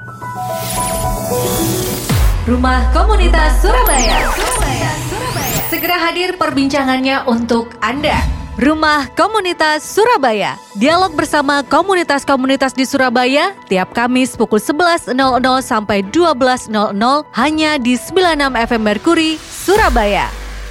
Rumah Komunitas Surabaya. Segera hadir perbincangannya untuk Anda. Rumah Komunitas Surabaya. Dialog bersama komunitas-komunitas di Surabaya tiap Kamis pukul 11.00 sampai 12.00 hanya di 96 FM Merkuri, Surabaya.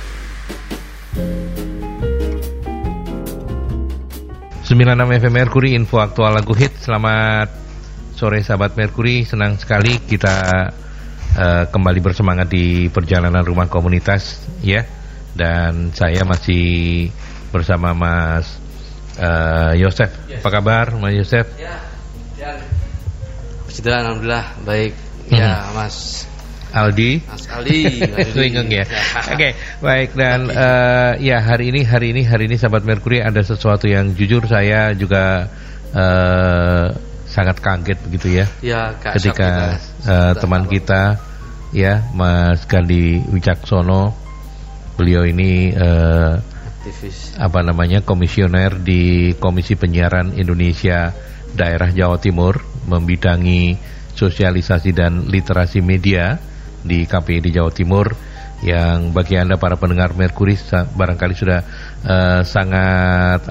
FM Merkuri, info aktual lagu hit. Selamat sore sahabat Merkuri, senang sekali kita kembali bersemangat di perjalanan rumah komunitas ya. Dan saya masih bersama Mas Yosef. Apa kabar Mas Yosef? Ya. Alhamdulillah baik. Ya Mas Aldi. Swingeng ya. Oke, baik dan ya hari ini sahabat Merkuri ada sesuatu yang jujur saya juga sangat kaget begitu ya. Ya, ketika teman kita ya Mas Gandhi Wicaksono, beliau ini aktivis komisioner di Komisi Penyiaran Indonesia Daerah Jawa Timur, membidangi sosialisasi dan literasi media di KPI di Jawa Timur, yang bagi Anda para pendengar Merkuri barangkali sudah sangat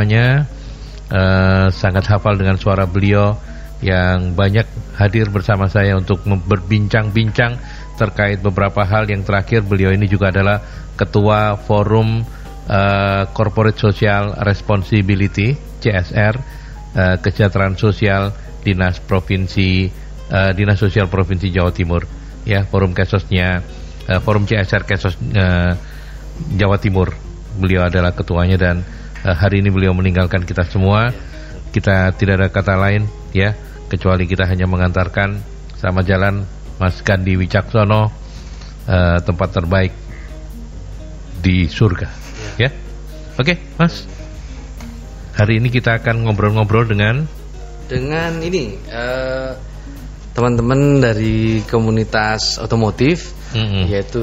sangat hafal dengan suara beliau yang banyak hadir bersama saya untuk berbincang-bincang terkait beberapa hal. Yang terakhir, beliau ini juga adalah Ketua Forum Corporate Social Responsibility CSR, Kesejahteraan Sosial Dinas Sosial Provinsi Jawa Timur. Ya, forum kesosnya, forum CSR kesos Jawa Timur. Beliau adalah ketuanya dan hari ini beliau meninggalkan kita semua. Kita tidak ada kata lain ya, kecuali kita hanya mengantarkan sama jalan Mas Gandhi Wicaksono, tempat terbaik di surga. Ya, oke, Mas. Hari ini kita akan ngobrol-ngobrol dengan ini teman-teman dari komunitas otomotif, yaitu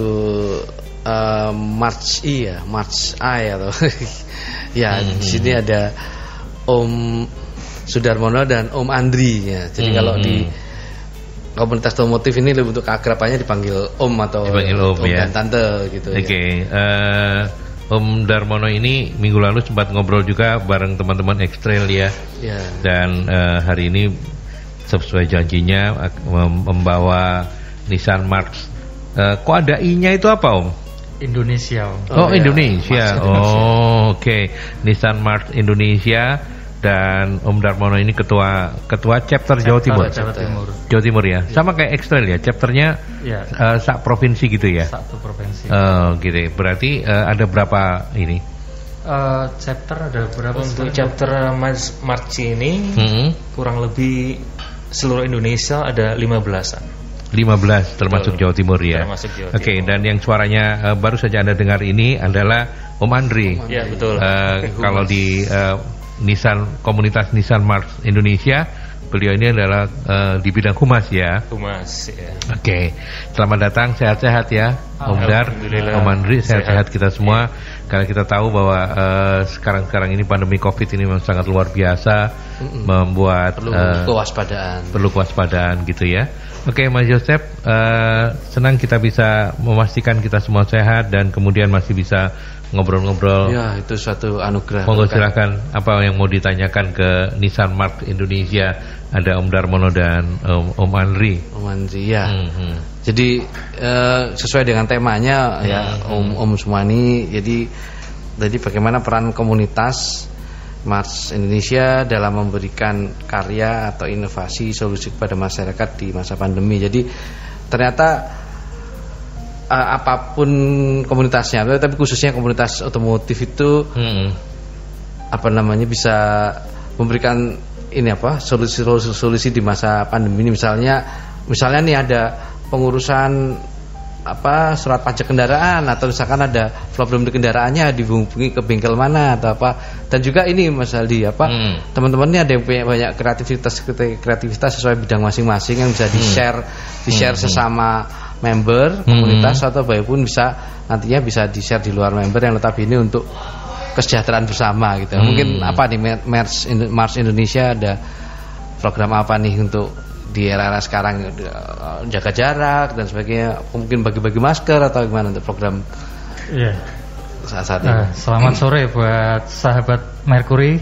March I atau ya di sini ada Om Sudarmono dan Om Andri ya. Jadi kalau di komunitas otomotif ini lebih untuk keakrabannya dipanggil Om atau Om ya. Dan Tante gitu. Oke. Om Darmono ini minggu lalu sempat ngobrol juga bareng teman-teman X-Trail ya. Dan hari ini sesuai janjinya membawa Nissan March. Kok ada I-nya itu apa Om? Indonesia. Indonesia. Oke. Nissan March Indonesia. Dan Om Darmono ini ketua chapter Jawa Timur. Jawa Timur ya. Sama kayak X-Trail ya. Chapternya sak provinsi gitu ya. Satu provinsi. Gitu. Berarti ada berapa ini? Chapter ada berapa? Untuk chapter March ini kurang lebih seluruh Indonesia ada 15-an. 15 termasuk Jawa Timur ya. Oke, dan yang suaranya baru saja Anda dengar ini adalah Om Andri. Ya, betul. Kalau di Nissan, komunitas Nissan March Indonesia, beliau ini adalah di bidang humas ya. Humas ya. Oke. Selamat datang, sehat-sehat ya Om Dar, Om Andri, sehat-sehat kita semua. Karena kita tahu bahwa sekarang ini pandemi Covid ini memang sangat luar biasa, membuat perlu kewaspadaan gitu ya. Oke, Mas Yosef, senang kita bisa memastikan kita semua sehat dan kemudian masih bisa ngobrol-ngobrol. Ya, itu suatu anugerah. Monggo silakan, apa yang mau ditanyakan ke Nissan March Indonesia? Ada Om Darmono dan Om Andri. Om Andri ya. Jadi sesuai dengan temanya ya, Om Sumani. Jadi bagaimana peran komunitas March Indonesia dalam memberikan karya atau inovasi solusi kepada masyarakat di masa pandemi. Jadi ternyata apapun komunitasnya, tapi khususnya komunitas otomotif itu bisa memberikan solusi di masa pandemi ini. Misalnya nih ada pengurusan surat pajak kendaraan, atau misalkan ada problem di kendaraannya dihubungi ke bengkel mana atau apa. Dan juga ini Mas Aldi teman-teman ini ada yang punya banyak kreativitas sesuai bidang masing-masing yang bisa di-share sesama member komunitas, atau bahkan nantinya bisa di-share di luar member yang notabene untuk kesejahteraan bersama gitu. Mungkin apa nih Mars Indonesia ada program apa nih untuk di era sekarang jaga jarak dan sebagainya, mungkin bagi-bagi masker atau gimana untuk program saat ini. Selamat sore buat sahabat Mercury.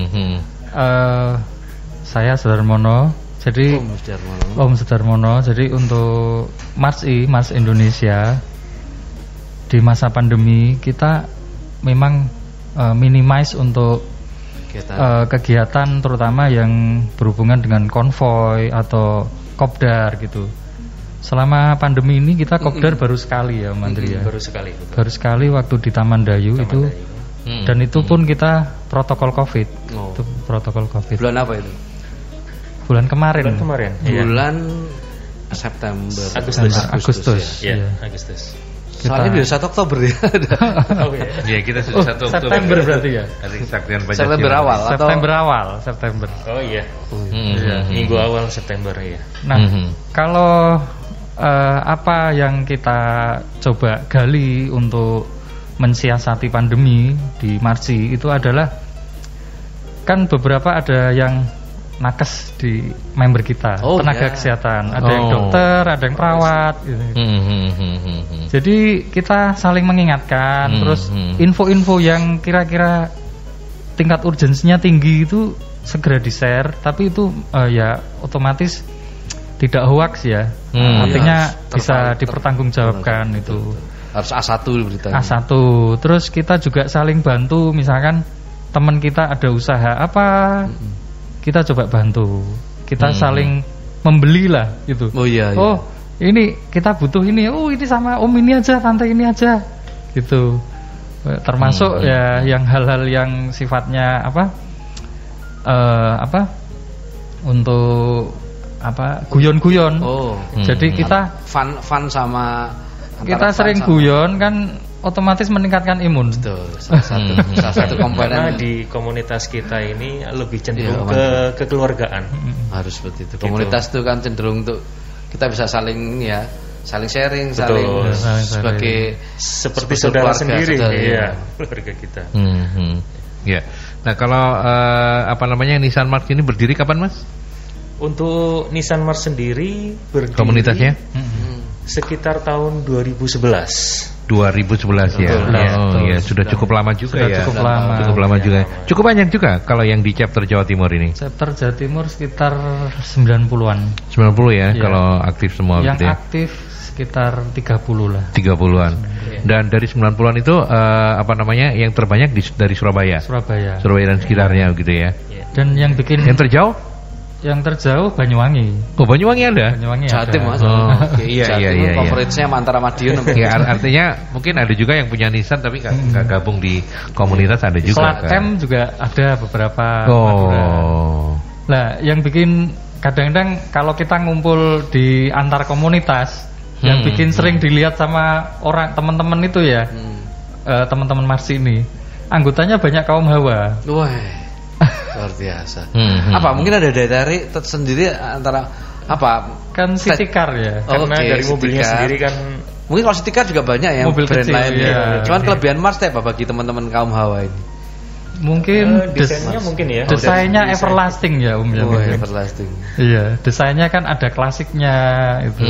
Saya Sudarmono. Jadi Om Sudarmono. Jadi untuk Mars Indonesia di masa pandemi kita memang minimize untuk kegiatan terutama yang berhubungan dengan konvoy atau kopdar gitu. Selama pandemi ini kita kopdar baru sekali ya Mandri ya. Baru sekali waktu di Taman Dayu itu. Dan itu pun kita protokol Covid. Itu protokol Covid. Bulan apa itu? Bulan kemarin. Bulan September. Agustus. Iya, Agustus. Soalnya di 1 Oktober ya. Iya, kita sudah 1 Oktober. September berarti ya. September awal atau September. Oh iya. Minggu awal September ya. Nah, kalau apa yang kita coba gali untuk mensiasati pandemi di Marsi itu adalah kan beberapa ada yang nakes di member kita, tenaga kesehatan, ada yang dokter, ada yang perawat gitu. Jadi kita saling mengingatkan, terus info-info yang kira-kira tingkat urgensinya tinggi itu segera di-share, tapi itu ya otomatis tidak hoax ya. Artinya bisa dipertanggungjawabkan itu. Harus A1 beritanya. A1. Terus kita juga saling bantu, misalkan teman kita ada usaha apa, kita coba bantu. Kita saling membeli lah gitu. Oh, ini kita butuh ini. Oh, ini sama om ini aja, tante ini aja. Gitu. Termasuk ya yang hal-hal yang sifatnya untuk guyon-guyon. Jadi kita fun sama kita sering guyon kan otomatis meningkatkan imun. Betul. Salah satu komponen. Karena di komunitas kita ini lebih cenderung ke kekeluargaan. Harus seperti itu. Komunitas itu kan cenderung untuk kita bisa saling sharing, sebagai seperti saudara sendiri keluarga kita. Ya. Nah, kalau Nissan Mars ini berdiri kapan, Mas? Untuk Nissan Mars sendiri berdiri komunitasnya sekitar tahun 2011 ya. Ya, sudah cukup lama juga ya. Cukup lama juga. Cukup banyak juga kalau yang di chapter Jawa Timur ini. Chapter Jawa Timur sekitar 90-an. 90 ya, kalau aktif semua yang gitu ya. Aktif sekitar 30 lah. 30-an. Dan dari 90-an itu yang terbanyak dari Surabaya dan sekitarnya gitu ya. Dan yang terjauh Banyuwangi. Oh, Banyuwangi ada? Banyuwangi Jatim, Mas. Iya. Coverage-nya antara Madiun. Ya, artinya mungkin ada juga yang punya Nissan tapi nggak gabung di komunitas, ada juga. Selat juga ada beberapa. Nah, yang bikin kadang-kadang kalau kita ngumpul di antar komunitas, yang bikin sering dilihat sama orang teman-teman itu ya, teman-teman Marsi ini, anggotanya banyak kaum Hawa. Wah. Luar biasa. Apa mungkin ada daya tersendiri antara kan City Car ya? Karena dari mobilnya sendiri kan. Mungkin kalau City Car juga banyak ya mobil brand kecil, lain ya. Cuman kelebihan Mars apa bagi teman-teman kaum Hawa ini? Mungkin desainnya mungkin ya. Desainnya everlasting ya Om ya. Everlasting. Iya, desainnya kan ada klasiknya itu.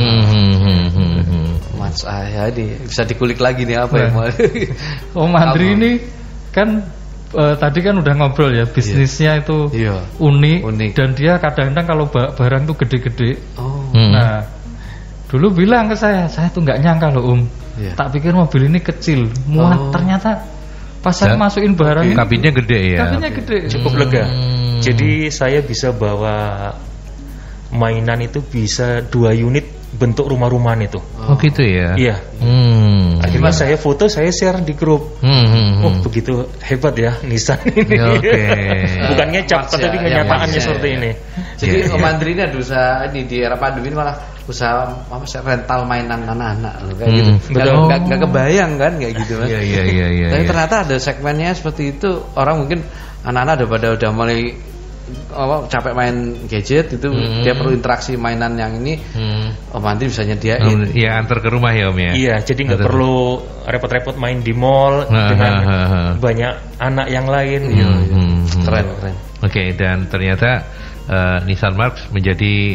Mas ini bisa dikulik lagi nih apa yang mau. Om Andri ini kan tadi kan udah ngobrol ya, bisnisnya itu unik dan dia kadang-kadang kalau barang tuh gede-gede. Nah, dulu bilang ke saya tuh nggak nyangka loh Om. Tak pikir mobil ini kecil, muat. Ternyata pas saya masukin barang, kabinnya gede ya. Kabinnya gede, cukup lega. Jadi saya bisa bawa mainan itu bisa 2 unit bentuk rumah-rumahan itu. Oh gitu ya. Iya. Akhirnya saya foto, saya share di grup. Oh begitu hebat ya Nissan ini. Bukan ngecap, tapi kenyataannya seperti ini. Jadi Om Andri ini ada usaha di era pandemi malah usaha rental mainan anak-anak kayak gitu. Nggak kebayang kan kayak gitu kan. Iya. Tapi ternyata ada segmennya seperti itu. Orang mungkin anak-anak udah mulai capek main gadget itu, dia perlu interaksi mainan yang ini. Om Andri bisa nyediain. Iya, antar ke rumah ya Om ya. Iya, jadi nggak perlu repot-repot main di mall dengan banyak anak yang lain. Keren. Oke, dan ternyata Nissan Mars menjadi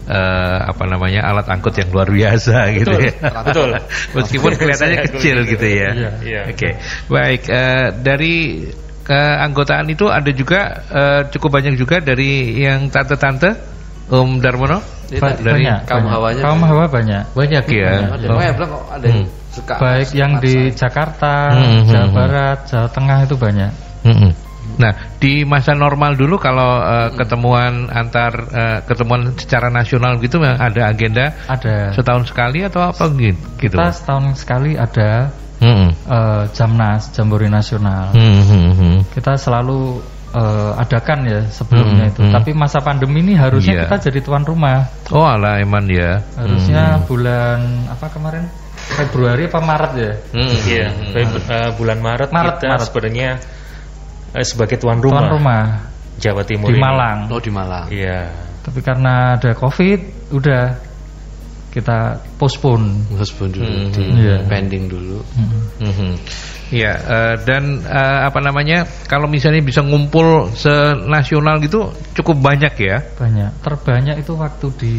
alat angkut yang luar biasa gitu ya. Betul. Meskipun kelihatannya kecil gitu ya. Oke. Baik, dari keanggotaan itu ada juga cukup banyak juga dari yang tante-tante Om Darmono dari kaum hawa banyak ya. Ada suka baik yang di Jakarta, Jawa Barat, Jawa Tengah itu banyak. Nah, di masa normal dulu kalau ketemuan secara nasional gitu ada agenda setahun sekali atau apa gitu? Kita setahun sekali ada Jamnas, Jambore Nasional. Kita selalu adakan ya sebelumnya itu. Tapi masa pandemi ini harusnya kita jadi tuan rumah. Oh alah eman ya. Harusnya bulan apa kemarin? Februari apa Maret ya? Iya, bulan Maret kita sebenarnya sebagai tuan rumah Jawa Timur di Malang. Di Malang. Iya. Tapi karena ada Covid, udah kita postpone dulu, pending dulu. Iya, dan kalau misalnya bisa ngumpul senasional gitu cukup banyak ya? Banyak. Terbanyak itu waktu di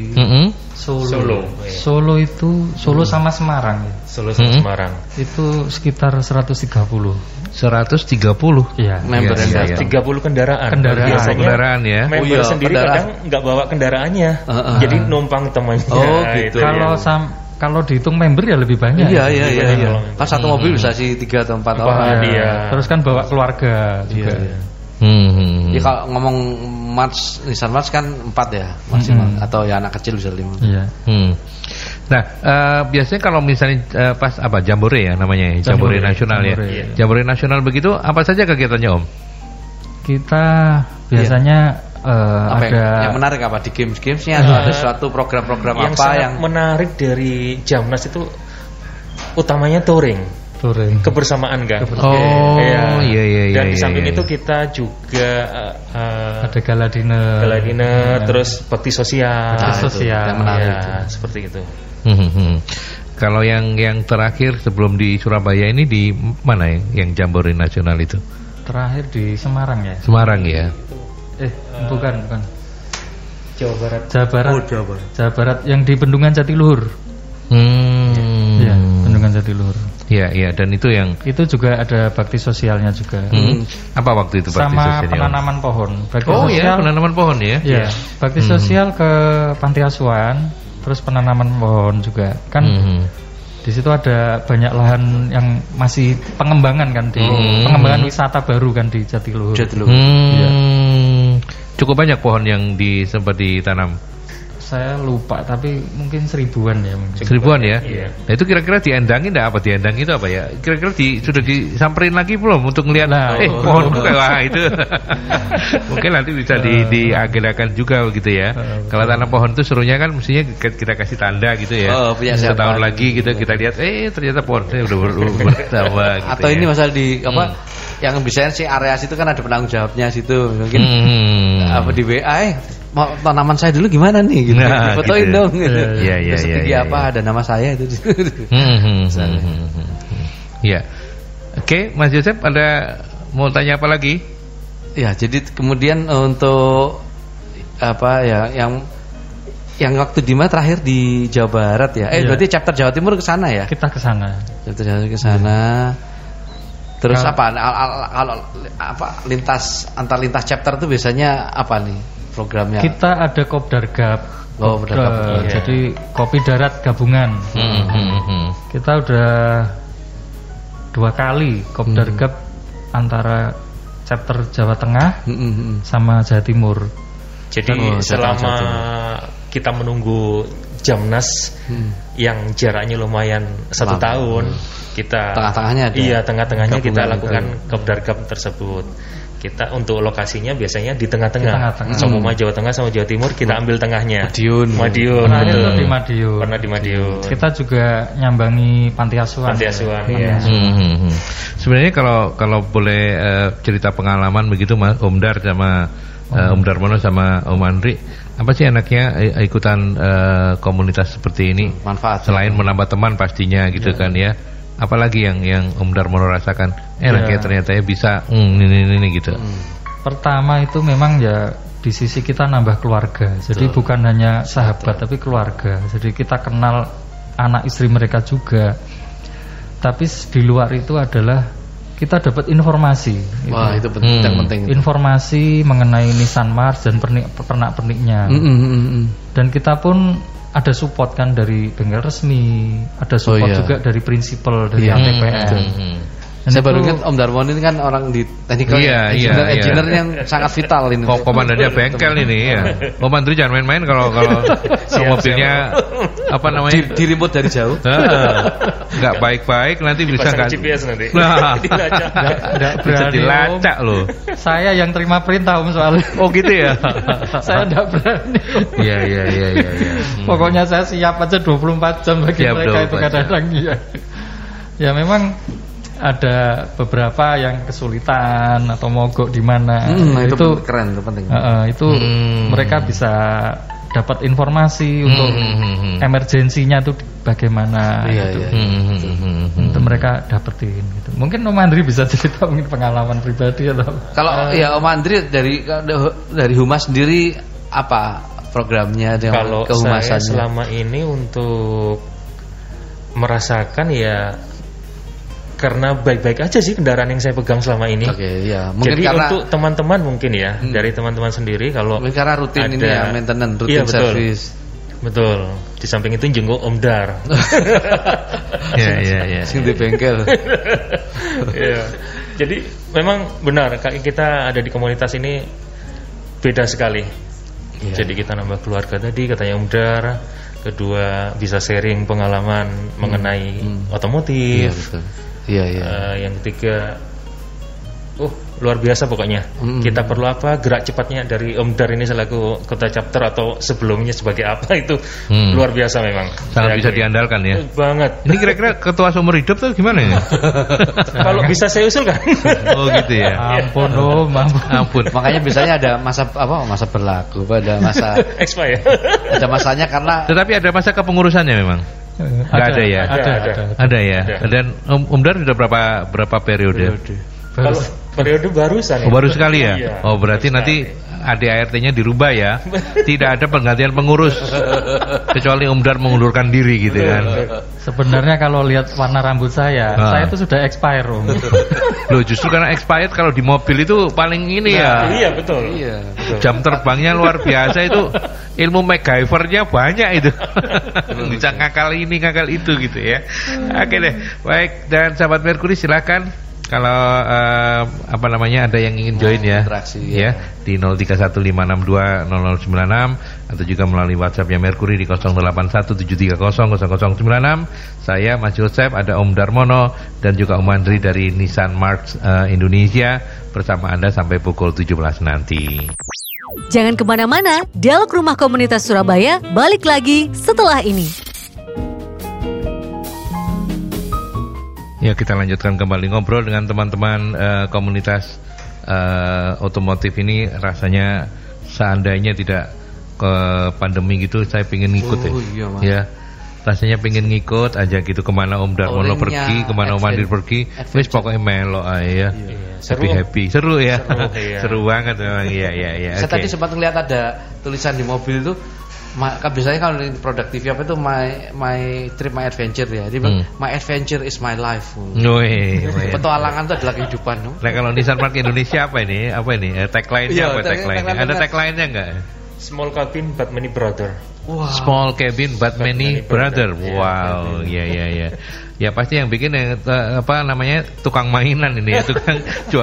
Solo itu sama Semarang ya. Solo sama Semarang. Itu sekitar 130. 130. Iya. Member yang 30 kendaraan. Biasanya kendaraan ya. Member sendiri kadang nggak bawa kendaraannya. Jadi numpang temannya. Oh gitu. Kalau dihitung member ya lebih banyak. Iya. Pas satu mobil bisa sih 3 atau 4 orang. Terus kan bawa keluarga juga. Ya kalau ngomong Nissan March kan 4 ya maksimal, atau ya anak kecil bisa 5. Iya. Nah, biasanya kalau misalnya pas Jambore ya namanya, Jambore Nasional ya. Jambore Nasional begitu apa saja kegiatannya Om? Kita biasanya ada yang menarik apa di gamesnya atau ada suatu program-program yang sangat menarik dari Jamnas itu utamanya touring. Kebersamaan kan. Iya. Dan di samping itu kita juga ada gala dinner, terus bakti sosial. Yang menarik seperti itu. Kalau yang terakhir sebelum di Surabaya ini di mana ya? Yang Jambore Nasional itu? Terakhir di Semarang ya. Semarang ya. Bukan. Jawa Barat. Jawa Barat yang di Bendungan Jatiluhur. Iya, Bendungan Jatiluhur. Iya, dan itu juga ada bakti sosialnya juga. Apa waktu itu bakti sosialnya? Sama penanaman pohon. Penanaman pohon ya. Iya, bakti sosial ke panti asuhan, terus penanaman pohon juga. Kan di situ ada banyak lahan yang masih pengembangan kan pengembangan wisata baru kan di Jatiluhur. Iya. Cukup banyak pohon yang sempat ditanam. Saya lupa tapi mungkin 1000-an ya. Seribuan ya? Iya. Nah itu kira-kira diendangin enggak apa? Diendang itu apa ya? Kira-kira sudah disamperin lagi belum untuk ngelihat pohonku kayak itu. Mungkin nanti bisa diagendakan juga gitu ya. Kalau tanam pohon itu serunya kan mestinya kita kasih tanda gitu ya. Setahun lagi gitu kita lihat ternyata pohonnya udah bertambah gitu. Atau ini masalah di yang bisa sih area situ kan ada penanggung jawabnya situ. Mungkin di WA mau tanaman saya dulu gimana nih gitu. Fotoin dong gitu. Iya. Setinggi apa ada nama saya itu. Iya. Oke, Mas Joseph ada mau tanya apa lagi? Ya, jadi kemudian untuk yang waktu terakhir di Jawa Barat ya. Berarti chapter Jawa Timur ke sana ya? Kita ke sana. Chapter Jawa Timur ke sana. Terus antar lintas chapter itu biasanya apa nih? Programnya kita ada Kopdargab. Jadi Kopi Darat Gabungan. Kita udah 2 kali Kopdargab antara chapter Jawa Tengah sama Jawa Timur. Jadi selama kita menunggu Jamnas yang jaraknya lumayan 1 tahun, kita tengah-tengahnya ada. Iya, tengahnya kita lakukan Kopdargab tersebut. Kita untuk lokasinya biasanya di tengah-tengah. Sama Jawa Tengah sama Jawa Timur kita ambil tengahnya. Madiun. Pernah di Madiun. Kita juga nyambangi panti asuhan. Iya. Sebenarnya kalau boleh cerita pengalaman begitu Mas Om Dar sama Om Darmono sama Om Andri, apa sih enaknya ikutan komunitas seperti ini? Manfaat selain menambah teman pastinya gitu kan ya. Apalagi yang Om Darmono rasakan enaknya ternyata ya bisa ini gitu. Pertama itu memang ya di sisi kita nambah keluarga. Jadi bukan hanya sahabat tapi keluarga. Jadi kita kenal anak istri mereka juga. Tapi di luar itu adalah kita dapat informasi. Wah, itu penting. Informasi mengenai Nissan March dan pernak-perniknya. Dan kita pun ada support kan dari bengkel resmi, ada support juga dari prinsipal dari ATPN. Saya baru ingat Om Darmon ini kan orang di technical engineer yang sangat vital ini. Komandannya bengkel ini ya. Om Andri jangan main-main kalau mobilnya apa namanya di remote dari jauh. Nggak baik-baik nanti bisa nggak GPS nanti. Nggak bisa dilacak loh. Saya yang terima perintah Om soalnya. Oh gitu ya. Saya nggak berani. Iya. Pokoknya saya siap aja 24 jam bagi mereka itu kadang-kadang ya. Ya memang ada beberapa yang kesulitan atau mogok di mana. Itu keren, itu penting. Itu mereka bisa dapat informasi untuk emergensinya itu bagaimana. Itu mereka dapetin gitu. Mungkin Om Andri bisa cerita mungkin pengalaman pribadi atau. Kalau Om Andri dari Humas sendiri apa programnya dengan kalau kehumasannya? Saya selama ini untuk merasakan ya karena baik-baik aja sih kendaraan yang saya pegang selama ini. Mungkin jadi karena untuk teman-teman mungkin ya dari teman-teman sendiri kalau mungkin karena rutin ini ya maintenance, rutin service. Betul. Di samping itu jenguk Om Dar. Iya. Sing di bengkel. Iya. Jadi memang benar kita ada di komunitas ini beda sekali. Jadi kita nambah keluarga tadi katanya Om Dar. Kedua bisa sharing pengalaman mengenai otomotif. Yang ketiga luar biasa pokoknya. Kita perlu apa, gerak cepatnya dari Om Dar ini selaku kota chapter atau sebelumnya sebagai apa itu luar biasa memang. Sangat bisa diandalkan ya. Banget. Ini kira-kira ketua seumur hidup tuh gimana ya? Kalau bisa saya usulkan. Oh gitu ya. Ampun. Makanya biasanya ada masa berlaku, ada masa expired. Ada masanya karena. Tetapi ada masa kepengurusannya memang. Ada ya. Ada ya. Dan Om Dar sudah berapa periode? Kalau periode barusan. Baru sekali ya. Iya, oh berarti nanti ADART-nya dirubah ya. Tidak ada penggantian pengurus kecuali Om Dar mengundurkan diri gitu kan. Sebenarnya kalau lihat warna rambut saya itu sudah expire Om. Loh justru karena expired kalau di mobil itu paling ini ya. Iya betul. Jam terbangnya luar biasa itu. Ilmu MacGyver-nya banyak itu. Bisa ngakal ini ngakal itu gitu ya. Oke deh. Baik, dan sahabat Merkuri silakan. Kalau ada yang ingin join ya, ya di 0315620096 atau juga melalui WhatsApp-nya Merkuri di 0817300096. Saya Mas Joseph, ada Om Darmono dan juga Om Andri dari Nissan March Indonesia bersama Anda sampai pukul 17 nanti. Jangan kemana-mana, Dialog Rumah Komunitas Surabaya balik lagi setelah ini. Ya, kita lanjutkan kembali ngobrol dengan teman-teman komunitas otomotif ini. Rasanya seandainya tidak ke pandemi gitu, saya pengen ngikut ya. Rasanya pengen ngikut aja gitu kemana Om Darmono pergi, kemana Om Andri pergi. Wis pokoknya melo aja ya. Happy. Seru ya. Seru banget memang. Iya. Saya tadi sempat ngeliat ada tulisan di mobil itu. Biasanya kalau di produk TV apa itu my trip my adventure ya. Dia bilang my adventure is my life. Petualangan itu adalah kehidupan. Nah kalau Nissan March Indonesia apa ini? Tagline-nya apa tagline-nya? Ada tagline-nya enggak? Small cabin but many brother. Wow. Small cabin but many brother. Wow, iya. Ya pasti yang bikin tukang mainan ini ya, tukang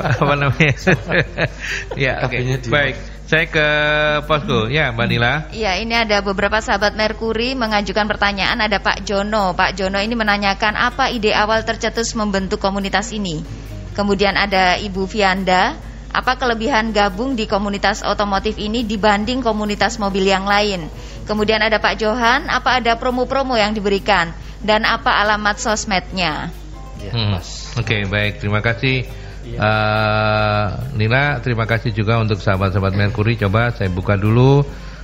ya, oke. Baik. Saya ke Posko, ya Mbak Nila. Ya, ini ada beberapa sahabat Merkuri mengajukan pertanyaan. Ada Pak Jono. Pak Jono ini menanyakan apa ide awal tercetus membentuk komunitas ini. Kemudian ada Ibu Vianda. Apa kelebihan gabung di komunitas otomotif ini dibanding komunitas mobil yang lain? Kemudian ada Pak Johan. Apa ada promo-promo yang diberikan? Dan apa alamat sosmednya? Oke, baik. Terima kasih. Nila, terima kasih juga untuk sahabat-sahabat Merkuri. Coba saya buka dulu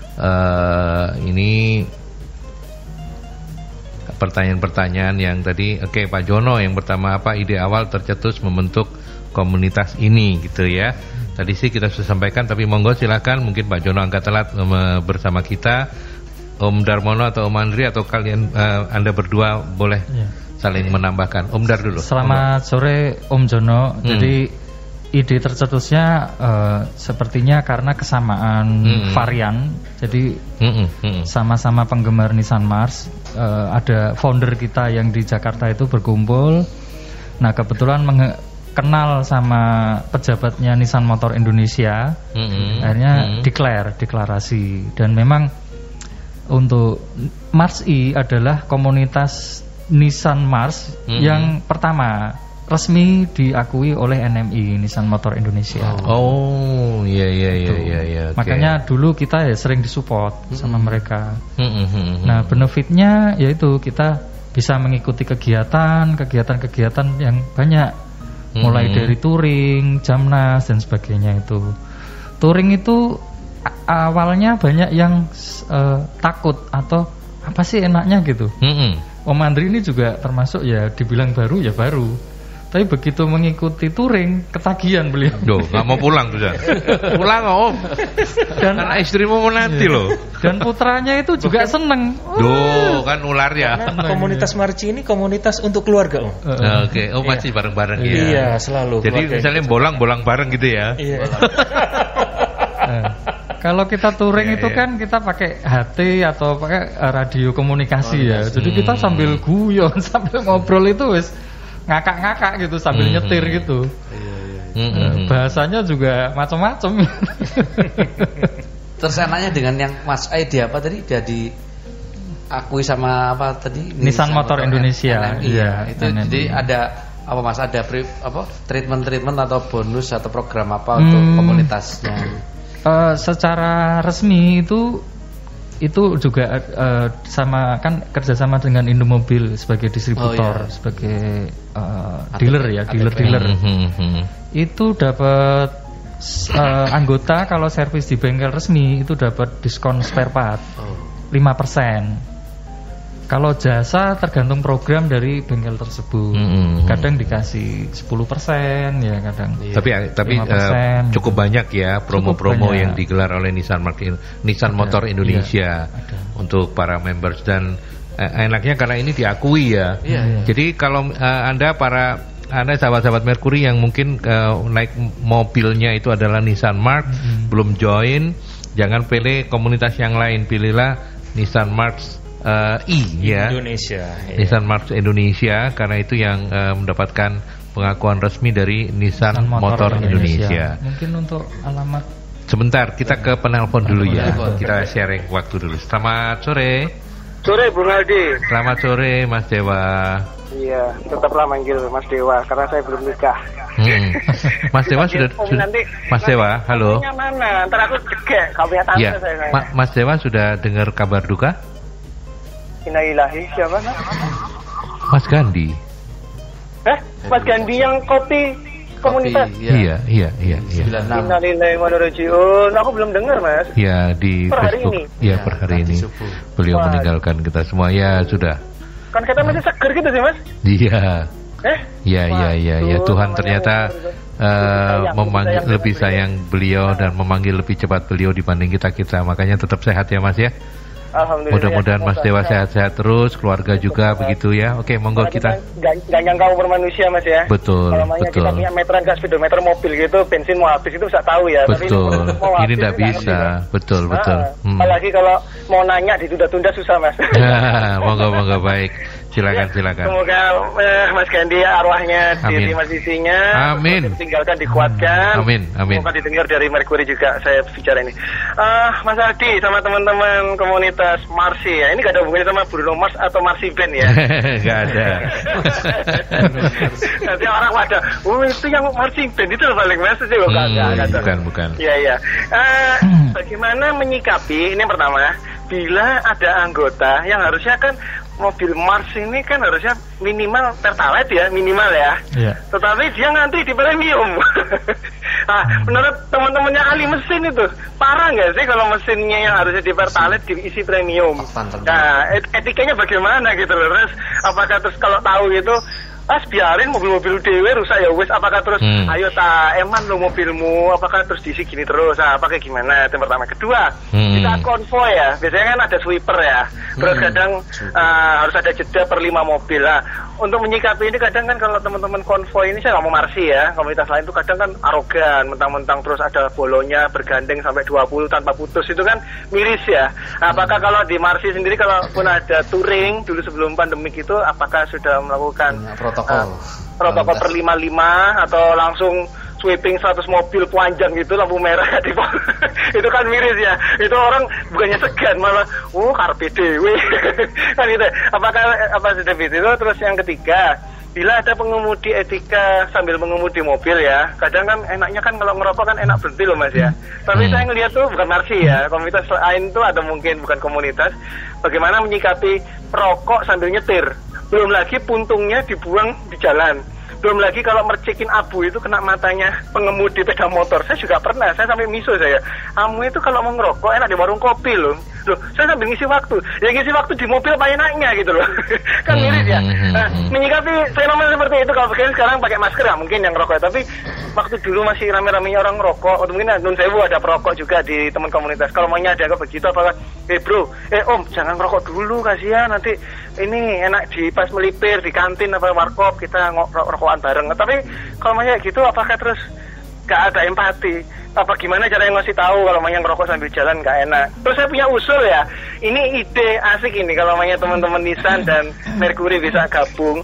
ini pertanyaan-pertanyaan yang tadi. Oke, Pak Jono yang pertama, apa ide awal tercetus membentuk komunitas ini gitu ya. Tadi sih kita sudah sampaikan, tapi monggo silakan, mungkin Pak Jono angkat telat bersama kita, Om Darmono atau Om Andri atau kalian Anda berdua boleh saling menambahkan. Om Dar dulu. Selamat sore Om Jono. Jadi ide tercetusnya sepertinya karena kesamaan varian. Jadi sama-sama penggemar Nissan Mars. Ada founder kita yang di Jakarta itu berkumpul. Nah kebetulan kenal sama pejabatnya Nissan Motor Indonesia. Akhirnya deklarasi. Dan memang untuk Mars E adalah komunitas Nissan Mars yang pertama resmi diakui oleh NMI, Nissan Motor Indonesia. Oh, iya. Okay. Makanya dulu kita ya sering disupport sama mereka. Nah, benefitnya yaitu kita bisa mengikuti kegiatan yang banyak, mulai dari touring, jamnas dan sebagainya itu. Touring itu awalnya banyak yang takut atau apa sih enaknya gitu. Om Andri ini juga termasuk ya dibilang baru ya baru. Tapi begitu mengikuti touring ketagihan beliau. Duh, nggak mau pulang tuh Jan. Pulang Om. Dan anak istrimu mau nanti loh. Dan putranya itu juga seneng. Duh, kan ular ya. Karena komunitas Marci ini komunitas untuk keluarga Om. Oke, masih bareng-bareng ya. Iya, selalu. Jadi misalnya bolang bareng gitu ya. Iya. Kalau kita touring itu kan kita pakai HT atau pakai radio komunikasi ya. Jadi kita sambil guyon, sambil ngobrol itu wis ngakak-ngakak gitu sambil nyetir gitu. Bahasanya juga macam-macam. Terus enaknya dengan yang Mas ide apa tadi udah diakui sama apa tadi? Nissan Motor Indonesia. Iya, itu NMI. Jadi ada apa Mas, ada treatment atau bonus atau program apa untuk komunitasnya? Secara resmi itu juga sama kan kerjasama dengan Indomobil sebagai distributor, sebagai dealer ya, dealer. Itu dapat anggota kalau servis di bengkel resmi itu dapat diskon spare part 5%. Kalau jasa tergantung program dari bengkel tersebut. Kadang dikasih 10% ya kadang. Tapi cukup banyak ya promo-promo yang digelar oleh Nissan Motor Indonesia untuk para members, dan enaknya karena ini diakui ya. Jadi kalau Anda sahabat-sahabat Mercury yang mungkin naik mobilnya itu adalah Nissan Mars, belum join, jangan pilih komunitas yang lain, pilihlah Nissan Mars Indonesia. Nissan Mars Indonesia, karena itu yang mendapatkan pengakuan resmi dari Nissan Motor Indonesia. Mungkin untuk alamat sebentar kita ke penelpon dulu ya. Kita sharing waktu dulu. Selamat sore. Sore Bung Aldi. Selamat sore Mas Dewa. Iya, tetaplah manggil Mas Dewa karena saya belum nikah. Mas Dewa sudah Mas Dewa, halo. Mana? Ntar aku cekek tante ya. saya. Mas Dewa sudah dengar kabar duka? Innalillahi, siapa Mas? Mas Gandhi. Mas Gandhi yang kopi komunitas. Iya. Innalillahi wa inna ilaihi raji'un. Aku belum dengar Mas. Ya di per Facebook. Iya per hari ini. Beliau meninggalkan kita semua. Ya sudah. Kan kita masih seger gitu sih Mas. Iya. Iya. Tuhan ternyata memanggil lebih sayang beliau dan memanggil lebih cepat beliau dibanding kita. Makanya tetap sehat ya Mas ya. Mudah-mudahan Mas Dewa sehat-sehat terus, keluarga juga begitu ya. Oke, monggo kita. Gak nyangka umur manusia Mas ya. Betul. Kalau kita punya meteran gas speedometer mobil gitu, bensin mau habis itu bisa tahu ya. Betul. Tapi ini tidak bisa. Betul. Apalagi kalau mau nanya ditunda-tunda susah Mas. Monggo baik. Silakan. Semoga Mas Gandhi arwahnya diterima sisinya. Amin. Tinggalkan dikuatkan. Amin. Semoga didengar dari Mercury juga saya bicara ini. Mas Aldi sama teman-teman komunitas Marsi ya. Ini gak ada hubungannya sama Bruno Mars atau Marsi Band ya. Gak ada. Nanti orang pada, itu yang Marsi Band itu paling message sih. Bukan. Iya. Bagaimana menyikapi ini yang pertama, bila ada anggota yang harusnya kan mobil Mars ini kan harusnya minimal Pertalite ya, minimal ya. Tetapi dia ngantri di premium. Menurut teman-temannya ahli mesin itu parah nggak sih kalau mesinnya yang harusnya di Pertalite diisi premium? Nah, etikanya bagaimana gitu loh. Terus apakah terus kalau tahu gitu biarin mobil-mobil dewe rusak ya wes, apakah terus ayo eman lo mobilmu, apakah terus diisi gini terus, apakah gimana? Itu yang pertama. Kedua, kita konvoy ya, biasanya kan ada sweeper ya, terus kadang harus ada jeda per 5 mobil lah. Untuk menyikapi ini kadang kan kalau teman-teman konvoy ini, saya nggak mau marsi ya, komunitas lain itu kadang kan arogan, mentang-mentang terus ada bolonya bergandeng sampai 20 tanpa putus, itu kan miris ya. Apakah kalau di marsi sendiri kalaupun ada touring dulu sebelum pandemik itu, apakah sudah melakukan protokol per 55 atau langsung sweeping 100 mobil panjang gitu lampu merah itu kan miris ya. Itu orang bukannya segan malah karpe dewe kan gitu. Apakah sudah itu? Terus yang ketiga, bila ada pengemudi etika sambil mengemudi mobil ya, kadang kan enaknya kan kalau ngerokok kan enak berhenti loh Mas ya. Tapi saya ngelihat tuh bukan marsi ya, komunitas lain tuh ada mungkin bukan komunitas, bagaimana menyikapi perokok sambil nyetir. Belum lagi puntungnya dibuang di jalan. Belum lagi kalau mercikin abu itu kena matanya pengemudi sepeda motor. Saya juga pernah, saya sampai miso saya. Kamu itu kalau mau ngerokok enak di warung kopi loh. Saya sambil ngisi waktu. Ya ngisi waktu di mobil apa enaknya gitu loh. Kan miris ya. Nah, menyikapi fenomena seperti itu, kalau sekarang pakai masker ya mungkin yang ngerokok. Tapi waktu dulu masih rame-ramenya orang ngerokok, atau mungkin nun sewu ada perokok juga di teman komunitas. Kalau maunya ada begitu, apakah bro, om jangan ngerokok dulu, kasihan nanti ini enak di pas melipir di kantin apa warkop kita rokokan bareng. Tapi kalau maunya gitu, apakah terus gak ada empati? Apa gimana caranya ngasih tahu kalau maunya ngerokok sambil jalan gak enak? Terus saya punya usul ya, ini ide asik ini kalau maunya teman-teman Nissan dan Mercury bisa gabung.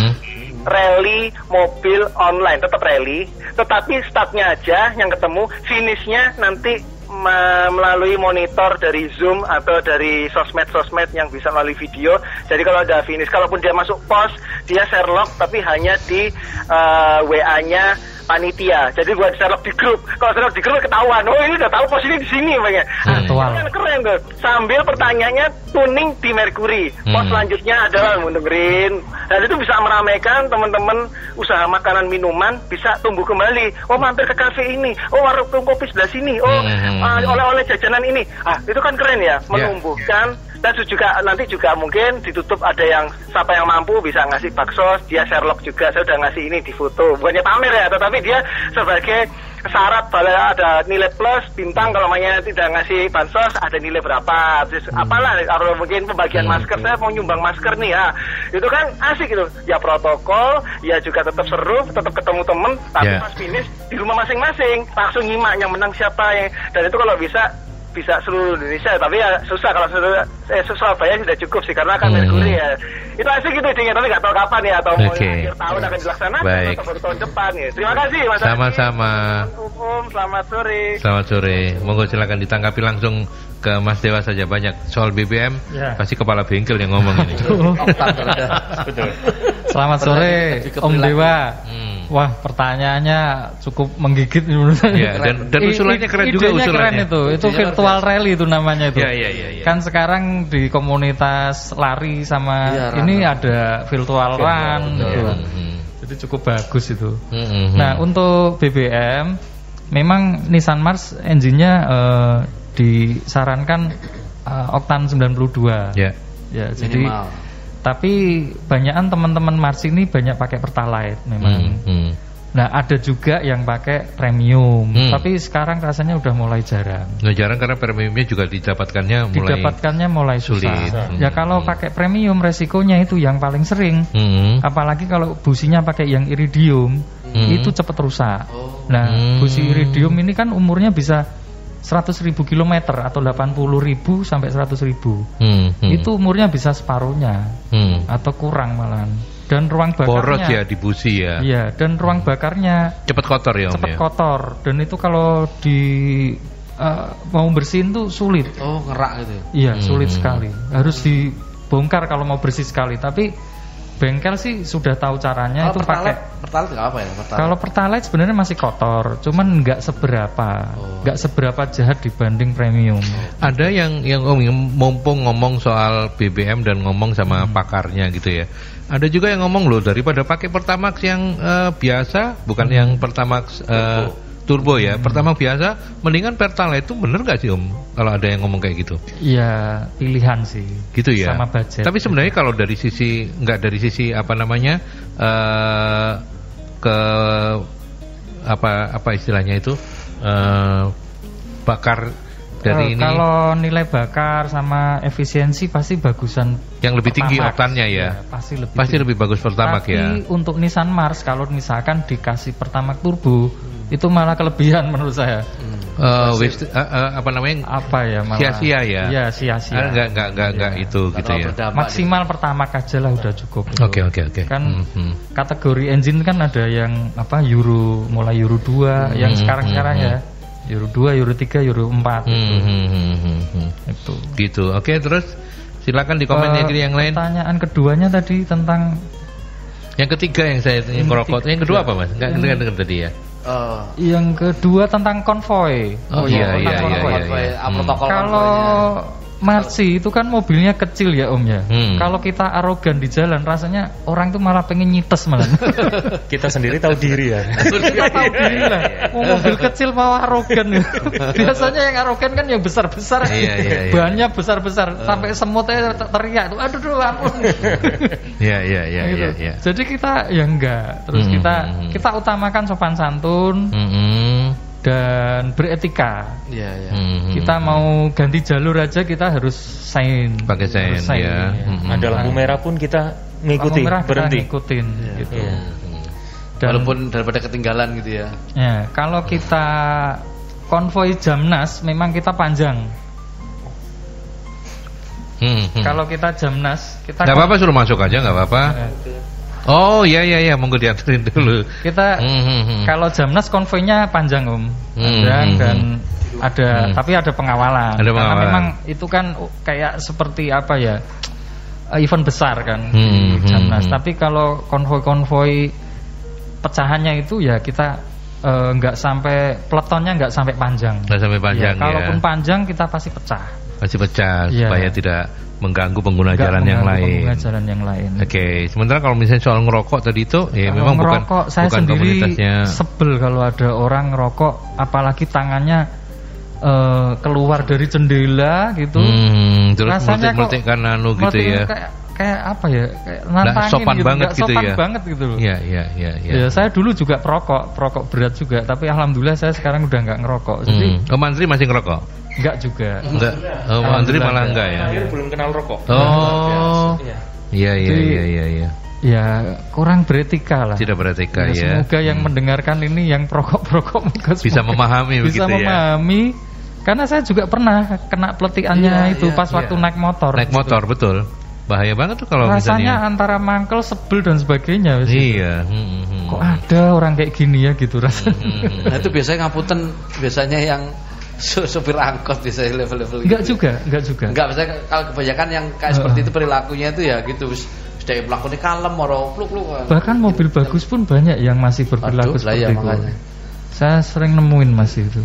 Rally mobil online, tetap rally, tetapi startnya aja yang ketemu, finishnya nanti melalui monitor dari Zoom atau dari sosmed yang bisa melalui video. Jadi kalau ada finish, kalaupun dia masuk pos, dia share log tapi hanya di WA-nya panitia. Jadi buat share log di grup. Kalau share log di grup ketahuan, oh ini udah tahu posisi di sini makanya. Kan keren tuh. Sambil pertanyaannya tuning di Mercury. Pos selanjutnya adalah mendengerin. Dan itu bisa meramaikan teman-teman usaha makanan minuman bisa tumbuh kembali. Oh mampir ke kafe ini. Oh warung kopi sebelah sini. Oh oleh-oleh jajanan ini. Itu kan keren ya, menumbuhkan. Dan juga nanti juga mungkin ditutup ada yang siapa yang mampu bisa ngasih baksos, dia Sherlock juga, saya udah ngasih ini di foto. Bukannya pamer ya, tetapi dia sebagai syarat bahwa ada nilai plus bintang kalau namanya tidak ngasih bansos ada nilai berapa. Terus apalah kalau mungkin pembagian masker, saya mau nyumbang masker nih ya. Itu kan asik gitu. Ya protokol, ya juga tetap seru, tetap ketemu temen, tapi pas finish di rumah masing-masing langsung nyimak yang menang siapa yang. Dan itu kalau bisa seluruh Indonesia, tapi ya susah kalau Surabaya sudah cukup sih karena kan Mercury ya. Itu asik gitu idenya, tapi nggak tahu kapan ya atau mau akhir tahun akan dilaksanakan atau baru tahun depan ya. Terima kasih Mas. Sama-sama. Selamat sore. Selamat sore. Monggo silakan ditanggapi langsung ke Mas Dewa saja. Banyak soal BBM pasti kepala bengkel yang ngomong ini. Selamat sore Om Dewa. Wah, pertanyaannya cukup menggigit menurut saya. Dan usulannya keren juga usulannya. Keren itu virtual rally itu namanya itu. Kan sekarang di komunitas lari sama ini ada virtual run gitu. Jadi cukup bagus itu. Nah, untuk BBM memang Nissan Mars engine-nya disarankan oktan 92. Ya, jadi tapi banyakan teman-teman Mars ini banyak pakai Pertalite memang. Nah, ada juga yang pakai premium, tapi sekarang rasanya udah mulai jarang. Nah, jarang karena premiumnya juga didapatkannya mulai sulit. Ya kalau pakai premium resikonya itu yang paling sering. Apalagi kalau businya pakai yang iridium, itu cepat rusak. Nah, busi iridium ini kan umurnya bisa 100.000 km atau 80.000 sampai 100.000. Itu umurnya bisa separuhnya atau kurang malahan. Dan ruang bakarnya boros ya di busi ya. Iya, dan ruang bakarnya cepat kotor ya Om. Cepat kotor. Dan itu kalau mau bersihin tuh sulit. Oh, ngerak gitu. Iya, sulit sekali. Harus dibongkar kalau mau bersih sekali. Tapi bengkel sih sudah tahu caranya. Itu pakai Pertalite nggak apa ya? Kalau Pertalite sebenarnya masih kotor, cuman nggak seberapa jahat dibanding premium. Ada yang mumpung ngomong soal BBM dan ngomong sama pakarnya gitu ya. Ada juga yang ngomong loh daripada pakai Pertamax yang biasa, bukan yang Pertamax turbo ya. Pertamax biasa mendingan Pertalite itu bener nggak sih Om? Kalau ada yang ngomong kayak gitu? Iya, pilihan sih. Gitu ya. Sama budget. Tapi sebenarnya kalau dari sisi dari sisi apa namanya ke apa istilahnya itu bakar dari ini. Kalau nilai bakar sama efisiensi pasti bagusan yang lebih tinggi oktannya ya. Pasti lebih bagus Pertamax ya. Tapi untuk Nissan Mars kalau misalkan dikasih Pertamax turbo itu malah kelebihan menurut saya. Apa namanya? Apa ya malah sia-sia ya. Iya, sia-sia. Enggak itu gitu ya. Maksimal Pertamax aja lah udah cukup. Oke. Kan kategori engine kan ada yang Euro, mulai Euro 2 yang sekarang-sekarang ya. Euro 2, Euro 3, Euro 4 itu. Gitu. Oke, terus silakan di komen yang lain. Pertanyaan keduanya tadi tentang yang ketiga yang saya tanya merokok. Yang kedua apa, Mas? Enggak dengar tadi ya. Yang kedua tentang konvoy. Iya. Kalau Marci itu kan mobilnya kecil ya Om ya. Kalau kita arogan di jalan rasanya orang tuh malah pengen nyites malah. Kita sendiri tahu diri ya. Kita tahu diri lah. Mobil kecil mau arogan. Biasanya yang arogan kan yang besar-besar. Bannya besar-besar sampai semutnya teriak tuh. Aduh ampun. Iya. Jadi kita ya enggak. Terus kita utamakan sopan santun. Dan beretika. Kita mau ganti jalur aja kita harus sign. Pakai sign ya. Ada lampu merah pun kita ngikutin, berhenti. Ngikutin gitu. Walaupun daripada ketinggalan gitu ya. Ya, kalau kita konvoi Jamnas memang kita panjang. Kalau kita Jamnas, kita enggak apa-apa, suruh masuk aja enggak apa-apa. Oh iya monggo dianterin dulu. Kita kalau Jamnas konvoinya panjang dan ada tapi ada pengawalan. Karena memang itu kan kayak seperti apa ya, event besar kan di Jamnas. Tapi kalau konvoi pecahannya itu ya kita nggak sampai peletonnya nggak sampai panjang. Nggak sampai panjang ya. Kalaupun panjang kita pasti pecah. Supaya tidak mengganggu pengguna jalan yang lain. Oke. Sementara kalau misalnya soal ngerokok tadi itu ya memang bukan saya sendiri komunitasnya. Sebel kalau ada orang ngerokok apalagi tangannya keluar dari jendela gitu. Terus meletik karena gitu ya. Kayak apa ya? Kayak nantangin sopan gitu. Banget gitu sopan ya. banget gitu loh. Iya. Ya, saya dulu juga perokok berat juga, tapi alhamdulillah saya sekarang udah enggak ngerokok. Jadi Andri masih ngerokok? Enggak juga. Enggak. Andri malah enggak ya. Akhirnya belum kenal rokok. Iya. Ya kurang beretika lah. Tidak beretika ya. Semoga yang mendengarkan ini yang perokok bisa memahami bisa begitu memahami. Karena saya juga pernah kena peletikannya pas waktu naik motor. Naik motor betul. Bahaya banget tuh kalau rasanya misalnya antara mangkel, sebel dan sebagainya. Iya. Kok ada orang kayak gini ya gitu rasanya. Nah itu biasanya ngapunten yang sopir angkot biasanya level-level. Enggak juga. Enggak, biasanya kalau kebanyakan yang kayak seperti itu perilakunya itu ya gitu. Sudah pelakunya kalem moro pluk-pluk. Bahkan mobil bagus pun banyak yang masih berperilaku seperti itu. Makanya. Saya sering nemuin masih itu.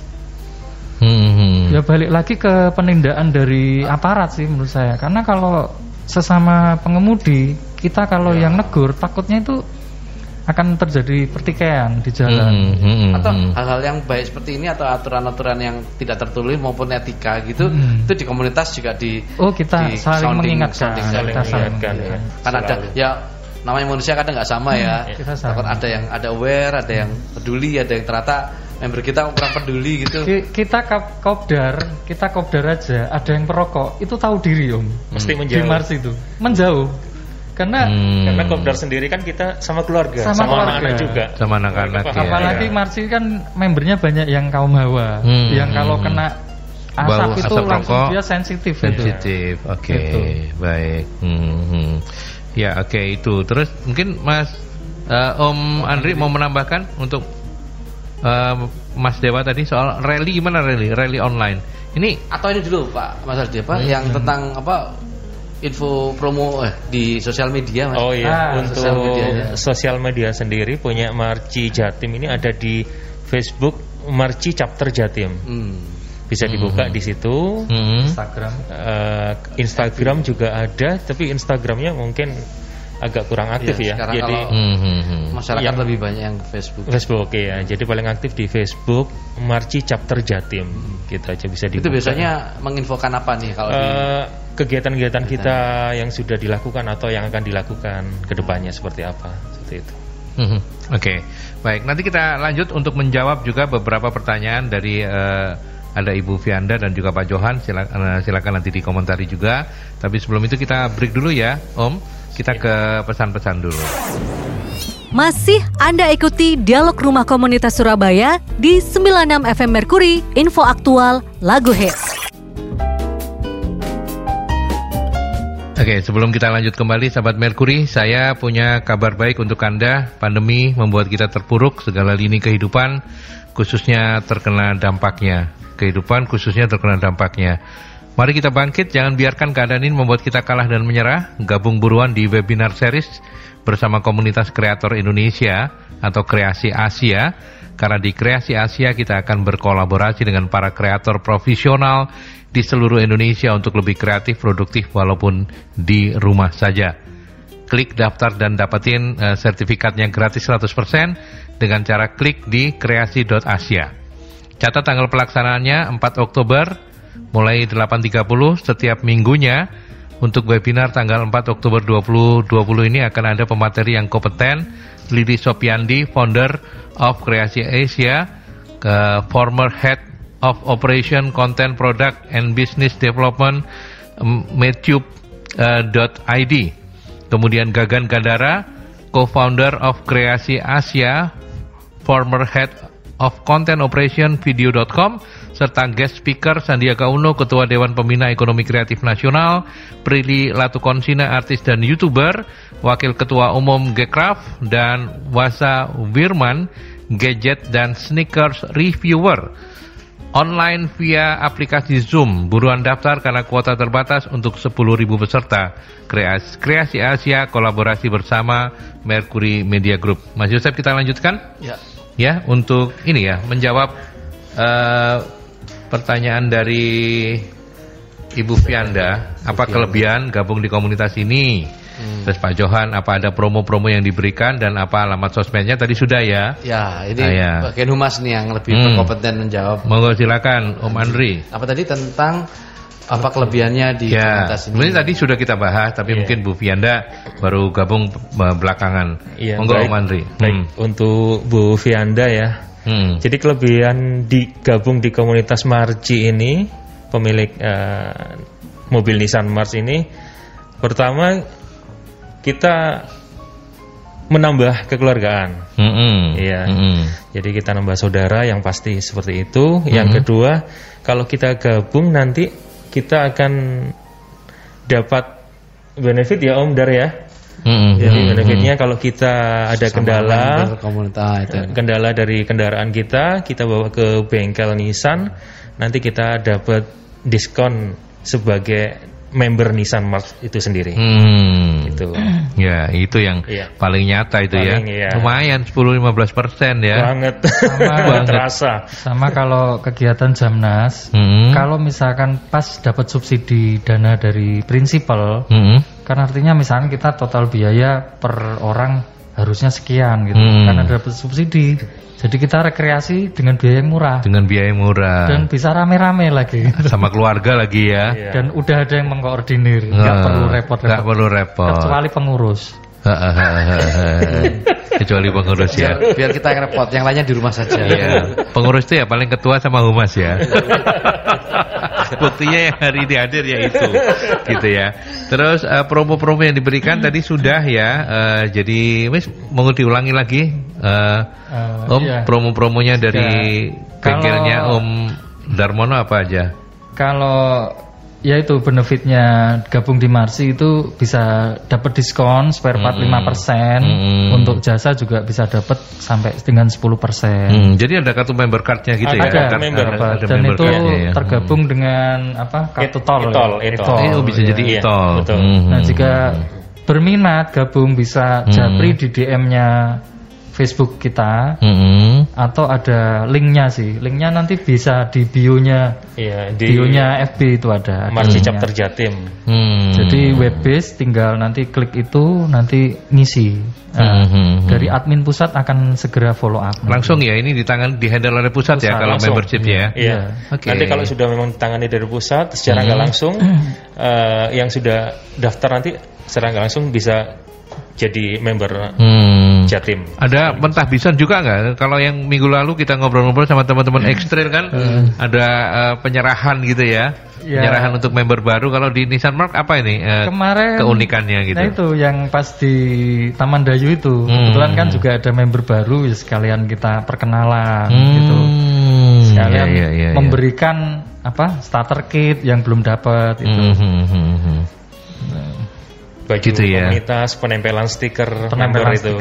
Ya balik lagi ke penindakan dari aparat sih menurut saya. Karena kalau sesama pengemudi kita kalau yang negur takutnya itu akan terjadi pertikaian di jalan. Atau hal-hal yang baik seperti ini atau aturan-aturan yang tidak tertulis maupun etika gitu itu di komunitas juga kita saling mengingatkan. Kan ada ya namanya manusia kadang nggak sama ya. Takut ada yang aware, ada yang peduli, ada yang ternyata member kita kurang peduli gitu. Kita kopdar aja. Ada yang perokok itu tahu diri mesti menjauh. Di Mars itu menjauh. Karena kopdar sendiri kan kita sama keluarga, sama anak-anak juga. Sama anak-anak. Apalagi Marsi kan membernya banyak yang kaum hawa, yang kalau kena asap itu langsung dia sensitif. Oke. Baik. Ya itu. Terus mungkin Mas Om Andri mau menambahkan untuk Mas Dewa tadi soal rally, gimana rally online ini? Atau ini dulu Pak Mas Aldi yang tentang info promo di sosial media Mas. Oh iya, untuk sosial media sendiri punya Marci Jatim ini ada di Facebook Marci Chapter Jatim. Bisa dibuka di situ. Instagram juga ada, tapi Instagramnya mungkin agak kurang aktif ya. Jadi masyarakat lebih banyak yang Facebook. Facebook ya. Jadi paling aktif di Facebook Marci Chapter Jatim. Gitu aja bisa dibuka. Itu biasanya menginfokan apa nih kalau kegiatan-kegiatan kita yang sudah dilakukan atau yang akan dilakukan ke depannya seperti apa, seperti itu. Oke. Baik, nanti kita lanjut untuk menjawab juga beberapa pertanyaan dari ada Ibu Fianda dan juga Pak Johan. Silakan nanti dikomentari juga. Tapi sebelum itu kita break dulu ya, Om. Kita ke pesan-pesan dulu. Masih Anda ikuti Dialog Rumah Komunitas Surabaya di 96 FM Merkuri, info aktual, lagu hits. Oke, sebelum kita lanjut kembali sahabat Merkuri, saya punya kabar baik untuk Anda. Pandemi membuat kita terpuruk, segala lini kehidupan khususnya terkena dampaknya. Mari kita bangkit, jangan biarkan keadaan ini membuat kita kalah dan menyerah. Gabung buruan di webinar series bersama komunitas kreator Indonesia atau Kreasi Asia. Karena di Kreasi Asia kita akan berkolaborasi dengan para kreator profesional di seluruh Indonesia untuk lebih kreatif, produktif walaupun di rumah saja. Klik daftar dan dapetin sertifikatnya gratis 100% dengan cara klik di kreasi.asia. Catat tanggal pelaksanaannya 4 Oktober mulai 8.30 setiap minggunya. Untuk webinar tanggal 4 Oktober 2020 ini akan ada pemateri yang kompeten. Lili Sopiandi, founder of Kreasi Asia, former head of operation content product and business development medtube.id. Kemudian Gagan Gandara, co-founder of Kreasi Asia, former head of content operation video.com, serta guest speaker Sandiaga Uno, Ketua Dewan Pembina Ekonomi Kreatif Nasional, Prilly Latukonsina, artis dan YouTuber, Wakil Ketua Umum Gcraft, dan Wasa Wirman, gadget dan sneakers reviewer. Online via aplikasi Zoom. Buruan daftar karena kuota terbatas untuk 10.000 peserta. Kreasi Asia, kolaborasi bersama Merkuri Media Group. Mas Yosef, kita lanjutkan? Ya, untuk ini ya, menjawab pertanyaan dari Ibu Fianda, apa kelebihan gabung di komunitas ini? Terus Pak Johan, apa ada promo-promo yang diberikan dan apa alamat sosmednya? Tadi sudah ya? Ya, ini bagian humas nih yang lebih berkompeten menjawab. Monggo silakan, Om Andri. Apa tadi tentang apa kelebihannya di komunitas ini? Sebenarnya tadi sudah kita bahas, tapi mungkin Bu Fianda baru gabung belakangan. Monggo Om Andri. Baik, untuk Bu Fianda ya. Jadi kelebihan digabung di komunitas Marci ini, pemilik mobil Nissan March ini, pertama kita menambah kekeluargaan. Jadi kita nambah saudara yang pasti seperti itu. Yang kedua, kalau kita gabung nanti kita akan dapat benefit ya Om Dar ya. Jadi benefitnya kalau kita ada kendala dari kendaraan kita bawa ke bengkel Nissan, nanti kita dapat diskon sebagai member Nissan March itu sendiri. Itu. Ya, itu yang paling nyata itu ya. Lumayan 10-15% ya. Banget. Terasa. Sama kalau kegiatan Jamnas, kalau misalkan pas dapat subsidi dana dari prinsipal, kan artinya misalkan kita total biaya per orang harusnya sekian gitu. Karena dapat subsidi. Jadi kita rekreasi dengan biaya yang murah. Dan bisa rame-rame lagi. Sama keluarga lagi ya. Dan udah ada yang mengkoordinir, nggak perlu repot-repot. Kecuali pengurus. Kecuali pengurus ya. Biar kita yang repot, yang lainnya di rumah saja. Pengurus itu ya paling ketua sama humas ya. Buktinya yang hari ini hadir ya itu, gitu ya. Terus promo-promo yang diberikan tadi sudah ya. Jadi mau diulangi lagi, Om, promo-promonya dari bengkelnya Om Darmono apa aja? Kalau ya itu benefitnya gabung di Marci itu bisa dapat diskon spare part 5%, untuk jasa juga bisa dapat sampai dengan 10%. Jadi ada kartu member cardnya gitu ya? Ada dan itu tergabung dengan kartu tol. Bisa jadi e-tol. Nah jika berminat gabung bisa japri di DM-nya Facebook kita, atau ada linknya sih. Linknya nanti bisa di bio-nya. Iya, di bio-nya FB itu ada. Marsi Chapter Jatim. Jadi web base, tinggal nanti klik itu, nanti ngisi. Dari admin pusat akan segera follow up. Langsung ya, ini di handle oleh pusat ya kalau langsung. Membership ya. Iya. Okay. Nanti kalau sudah memang ditangani dari pusat secara nggak langsung, yang sudah daftar nanti secara nggak langsung bisa jadi member Jatim. Ada pentahbisan juga nggak? Kalau yang minggu lalu kita ngobrol-ngobrol sama teman-teman Ekstril kan, ada penyerahan gitu ya. Penyerahan untuk member baru. Kalau di Nissan Mark apa ini kemarin keunikannya gitu? Nah itu yang pas di Taman Dayu itu kebetulan kan juga ada member baru, ya sekalian kita perkenalan gitu. Sekalian memberikan starter kit yang belum dapat itu. Baju gitu komunitas, penempelan stiker, penempelan itu.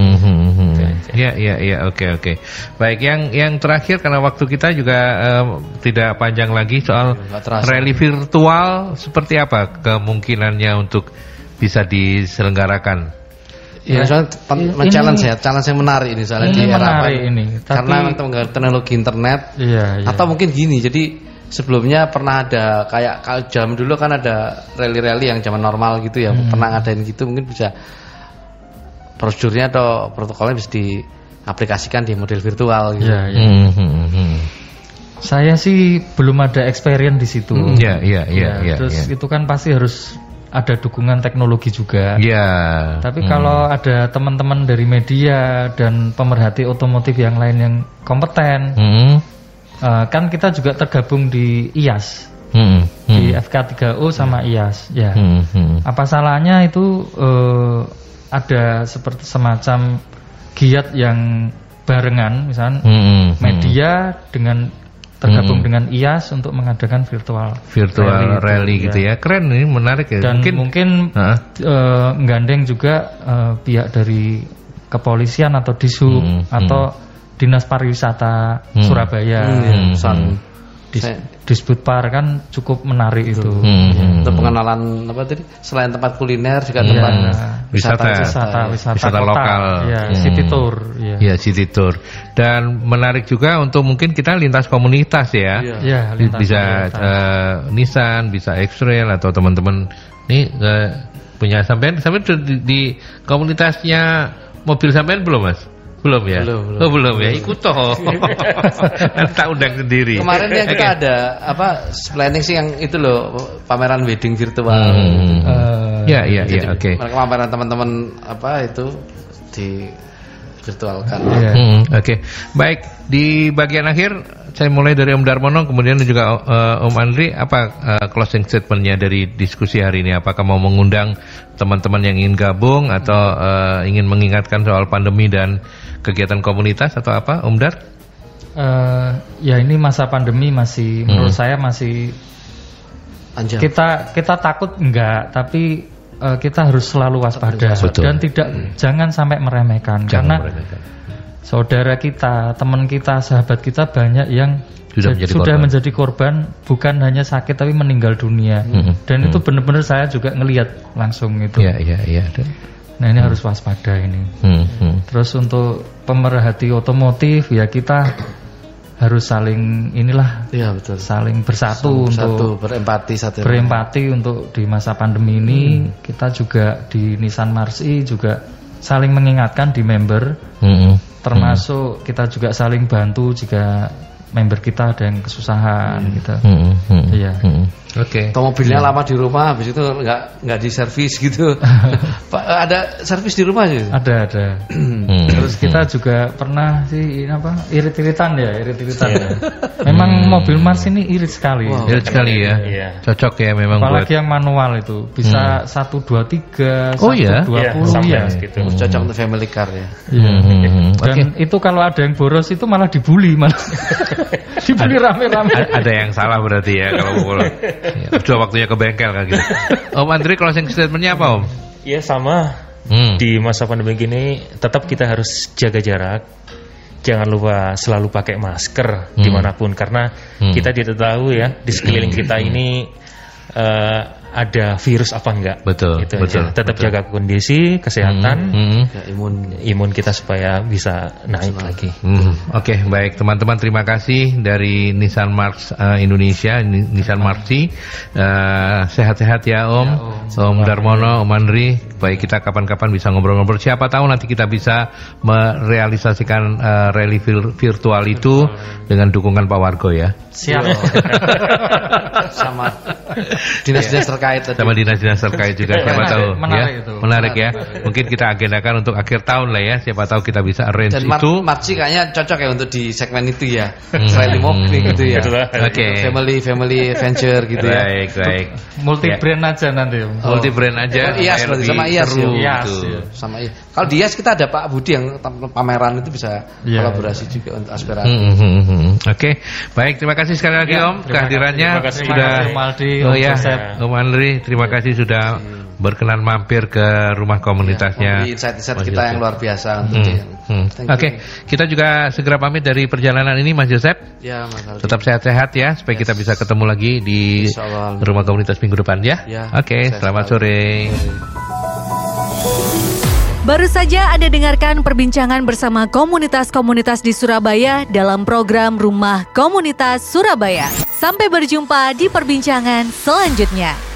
Ya, oke. Baik, yang terakhir karena waktu kita juga tidak panjang lagi soal rally virtual, seperti apa kemungkinannya untuk bisa diselenggarakan? Ya, challenge yang menarik ini soalnya di era ini. Karena teknologi internet, atau mungkin gini, jadi sebelumnya pernah ada kayak jam dulu kan ada rally-rally yang zaman normal gitu ya, pernah ngadain gitu, mungkin bisa prosedurnya atau protokolnya bisa diaplikasikan di model virtual gitu. Saya sih belum ada experience di situ. Terus itu kan pasti harus ada dukungan teknologi juga. Tapi kalau ada teman-teman dari media dan pemerhati otomotif yang lain yang kompeten, kan kita juga tergabung di IAS, di FK3O sama IAS. Apa salahnya itu ada seperti semacam giat yang barengan, misalnya media dengan tergabung dengan IAS untuk mengadakan virtual rally gitu ya. Keren, ini menarik ya. Dan mungkin gandeng juga pihak dari kepolisian atau Dishub atau Dinas Pariwisata Surabaya, Disbudpar kan cukup menarik itu. Untuk pengenalan apa tadi? Selain tempat kuliner juga tempat wisata lokal. City tour. City tour. Dan menarik juga untuk mungkin kita lintas komunitas ya. Bisa Nissan, bisa X-Trail atau teman-teman nih punya sampean di komunitasnya mobil sampean belum, Mas? Belum ya? Belum ya, ikut toh. Tak undang sendiri. Kemarin yang kita ada planning sih yang itu loh, pameran wedding virtual. Oke. Pameran teman-teman itu di virtualkan. Oke. Baik, di bagian akhir saya mulai dari Om Darmono, kemudian juga Om Andri. Apa closing statementnya dari diskusi hari ini? Apakah mau mengundang teman-teman yang ingin gabung atau ingin mengingatkan soal pandemi dan kegiatan komunitas atau apa, Om Dar? Ya ini masa pandemi masih menurut saya masih kita takut enggak, tapi kita harus selalu waspada. Dan jangan sampai meremehkan. Karena saudara kita, teman kita, sahabat kita banyak yang sudah menjadi korban, bukan hanya sakit tapi meninggal dunia. Dan itu benar-benar saya juga ngelihat langsung itu. Nah ini harus waspada ini. Terus untuk pemerhati otomotif ya kita harus saling saling bersatu untuk berempati untuk di masa pandemi ini. Kita juga di Nissan Marsi juga saling mengingatkan di member, termasuk kita juga saling bantu jika member kita ada yang kesusahan gitu. Oke. Atau mobilnya lama di rumah, habis itu nggak diservis gitu. Pak, ada servis di rumah sih? Ada. Terus kita juga pernah sih irit-iritan ya. Memang mobil Mars ini irit sekali. Irit sekali ya. Cocok ya memang. Apalagi yang manual itu bisa 123, 120 ya. Gitu. Cocok untuk family car ya. Dan itu kalau ada yang boros itu malah dibully dibully rame-rame. Ada yang salah berarti ya kalau bolos. Sudah waktunya ke bengkel kan gitu. Om Andri, closing statementnya apa Om? Ya sama. Di masa pandemi gini tetap kita harus jaga jarak. Jangan lupa selalu pakai masker dimanapun, karena kita tidak tahu ya di sekeliling kita ini ada virus apa enggak. Betul. Itu betul. Tetap jaga kondisi kesehatan, imun kita supaya bisa naik lagi. Oke, baik teman-teman, terima kasih dari Nissan March Indonesia, Nissan Marci. Sehat-sehat ya Om Darmono, Om Andri. Baik, kita kapan-kapan bisa ngobrol-ngobrol. Siapa tahu nanti kita bisa merealisasikan rally virtual itu dengan dukungan Pak Wargo ya. Siap. Sama dinas-dinas terkait tadi. Sama dinas-dinas terkait juga, siapa tahu menarik ya. Itu. Menarik ya. Mungkin kita agendakan untuk akhir tahun lah ya. Siapa tahu kita bisa arrange dan itu. Dan Marci kayaknya cocok ya untuk di segmen itu ya. Rally mobil gitu ya. Oke. Family venture gitu ya. Baik. Multi brand aja nanti. Multi brand aja. IAS berarti sama IAS ya. Sama IAS. Kalau di IAS kita ada Pak Budi yang pameran itu bisa kolaborasi juga untuk aspirasi. Oke. Baik, terima kasih sekali lagi Om kehadirannya. Sudah Om Andri, terima kasih sudah berkenan mampir ke rumah komunitasnya. Insight-insight kita yang luar biasa untuk Oke, kita juga segera pamit dari perjalanan ini Mas Joseph. Ya, Mas Aldi. Tetap sehat-sehat ya supaya kita bisa ketemu lagi di rumah komunitas minggu depan ya. Oke, selamat sore. Baru saja Anda dengarkan perbincangan bersama komunitas-komunitas di Surabaya dalam program Rumah Komunitas Surabaya. Sampai berjumpa di perbincangan selanjutnya.